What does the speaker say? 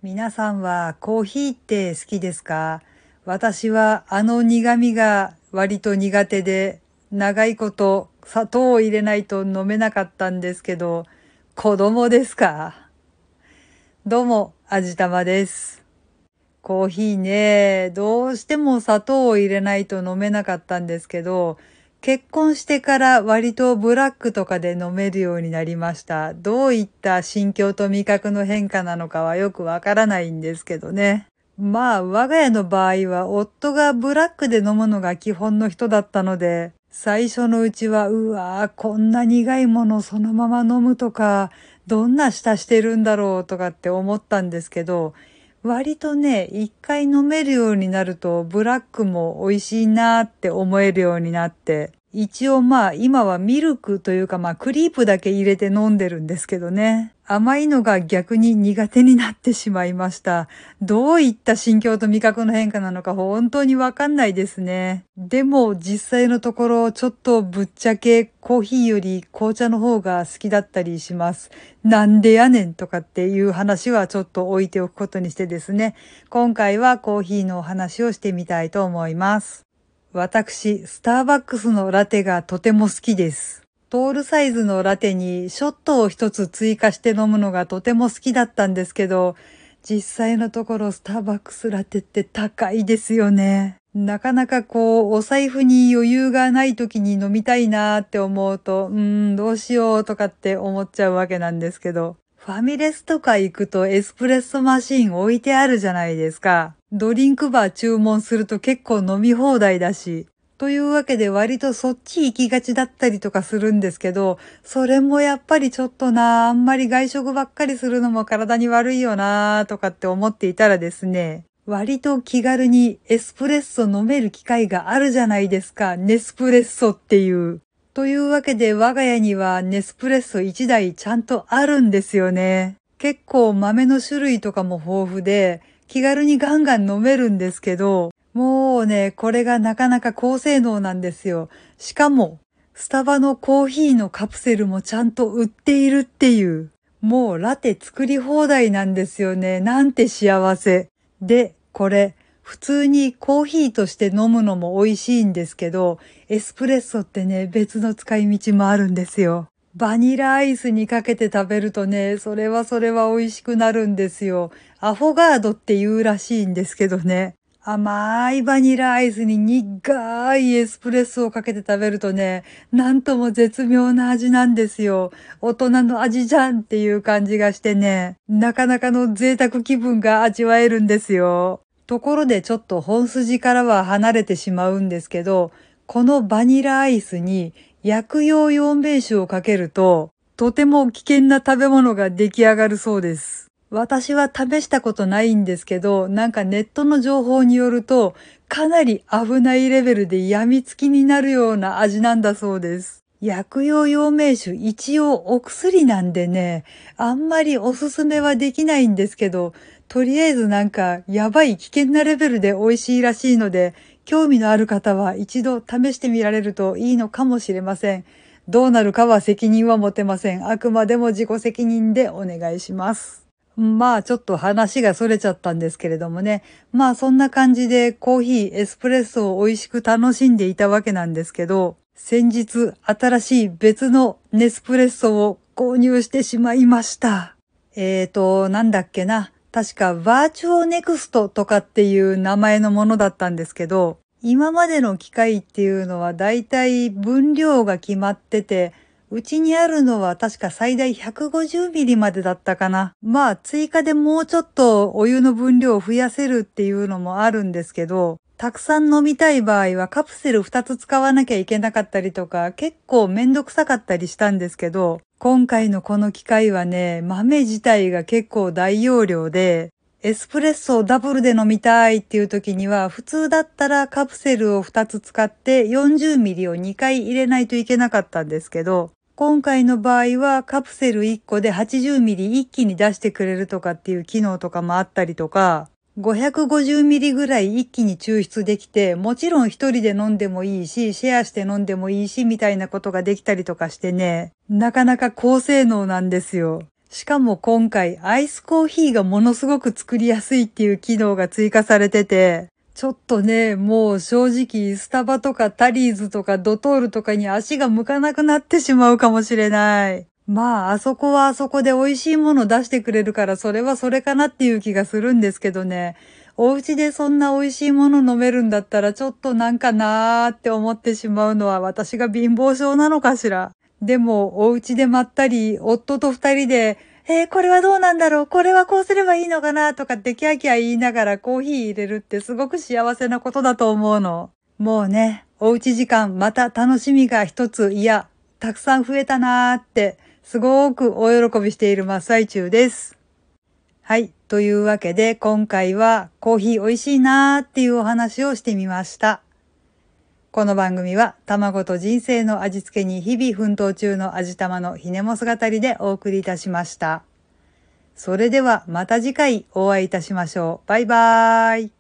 皆さんはコーヒーって好きですか？私は苦味が割と苦手で、長いこと砂糖を入れないと飲めなかったんですけど、子供ですか？どうも、あじたまです。コーヒーね、どうしても砂糖を入れないと飲めなかったんですけど、結婚してから割とブラックとかで飲めるようになりました。どういった心境と味覚の変化なのかはよくわからないんですけどね。まあ、我が家の場合は夫がブラックで飲むのが基本の人だったので、最初のうちは、うわー、こんな苦いものそのまま飲むとか、どんな舌してるんだろうとかって思ったんですけど、割とね、一回飲めるようになると、ブラックも美味しいなって思えるようになって、一応まあ今はミルクというかまあクリープだけ入れて飲んでるんですけどね。甘いのが逆に苦手になってしまいました。どういった心境と味覚の変化なのか本当にわかんないですね。でも実際のところちょっとぶっちゃけコーヒーより紅茶の方が好きだったりします。なんでやねんとかっていう話はちょっと置いておくことにしてですね。今回はコーヒーのお話をしてみたいと思います。私、スターバックスのラテがとても好きです。トールサイズのラテにショットを一つ追加して飲むのがとても好きだったんですけど、実際のところスターバックスラテって高いですよね。なかなかお財布に余裕がない時に飲みたいなーって思うと、どうしようとかって思っちゃうわけなんですけど、ファミレスとか行くとエスプレッソマシン置いてあるじゃないですか。ドリンクバー注文すると結構飲み放題だし。というわけで割とそっち行きがちだったりとかするんですけど、それもやっぱりちょっとな、あんまり外食ばっかりするのも体に悪いよなとかって思っていたらですね、割と気軽にエスプレッソ飲める機会があるじゃないですか。ネスプレッソっていう。というわけで我が家にはネスプレッソ1台ちゃんとあるんですよね。結構豆の種類とかも豊富で気軽にガンガン飲めるんですけど、もうね、これがなかなか高性能なんですよ。しかも、スタバのコーヒーのカプセルもちゃんと売っているっていう。もうラテ作り放題なんですよね。なんて幸せ。で、これ、普通にコーヒーとして飲むのも美味しいんですけど、エスプレッソってね、別の使い道もあるんですよ。バニラアイスにかけて食べるとね、それは美味しくなるんですよ。アフォガードって言うらしいんですけどね。甘いバニラアイスに苦いエスプレッソをかけて食べるとね、なんとも絶妙な味なんですよ。大人の味じゃんっていう感じがしてね、なかなかの贅沢気分が味わえるんですよ。ところでちょっと本筋からは離れてしまうんですけど、このバニラアイスに薬用養命酒をかけると、とても危険な食べ物が出来上がるそうです。私は試したことないんですけど、なんかネットの情報によると、かなり危ないレベルで病みつきになるような味なんだそうです。薬用養命酒一応お薬なんでね、あんまりおすすめはできないんですけど、とりあえずなんかやばい危険なレベルで美味しいらしいので、興味のある方は一度試してみられるといいのかもしれません。どうなるかは責任は持てません。あくまでも自己責任でお願いします。まあちょっと話が逸れちゃったんですけれどもね。まあそんな感じでコーヒー、エスプレッソを美味しく楽しんでいたわけなんですけど、先日新しい別のネスプレッソを購入してしまいました。なんだっけな。確かバーチュオネクストとかっていう名前のものだったんですけど、今までの機械っていうのはだいたい分量が決まってて、うちにあるのは確か最大150ミリまでだったかな。まあ追加でもうちょっとお湯の分量を増やせるっていうのもあるんですけど、たくさん飲みたい場合はカプセル2つ使わなきゃいけなかったりとか、結構めんどくさかったりしたんですけど、今回のこの機械はね、豆自体が結構大容量で、エスプレッソをダブルで飲みたいっていう時には、普通だったらカプセルを2つ使って40ミリを2回入れないといけなかったんですけど、今回の場合はカプセル1個で80ミリ一気に出してくれるとかっていう機能とかもあったりとか、550ミリぐらい一気に抽出できて、もちろん一人で飲んでもいいし、シェアして飲んでもいいし、みたいなことができたりとかしてね、なかなか高性能なんですよ。 しかも今回アイスコーヒーがものすごく作りやすいっていう機能が追加されてて、ちょっとね、もう正直スタバとかタリーズとかドトールとかに足が向かなくなってしまうかもしれない。まあ、あそこはあそこで美味しいもの出してくれるからそれはそれかなっていう気がするんですけどね。お家でそんな美味しいもの飲めるんだったらちょっとなんかなーって思ってしまうのは私が貧乏症なのかしら。でも、お家でまったり、夫と二人で、これはどうなんだろう、これはこうすればいいのかなとかってキャーキャー言いながらコーヒー入れるってすごく幸せなことだと思うの。もうね、おうち時間また楽しみが一つ、いや、たくさん増えたなーって、すごくお喜びしている真っ最中です。はい。というわけで、今回はコーヒー美味しいなーっていうお話をしてみました。この番組は卵と人生の味付けに日々奮闘中の味玉のひねも姿りでお送りいたしました。それではまた次回お会いいたしましょう。バイバーイ。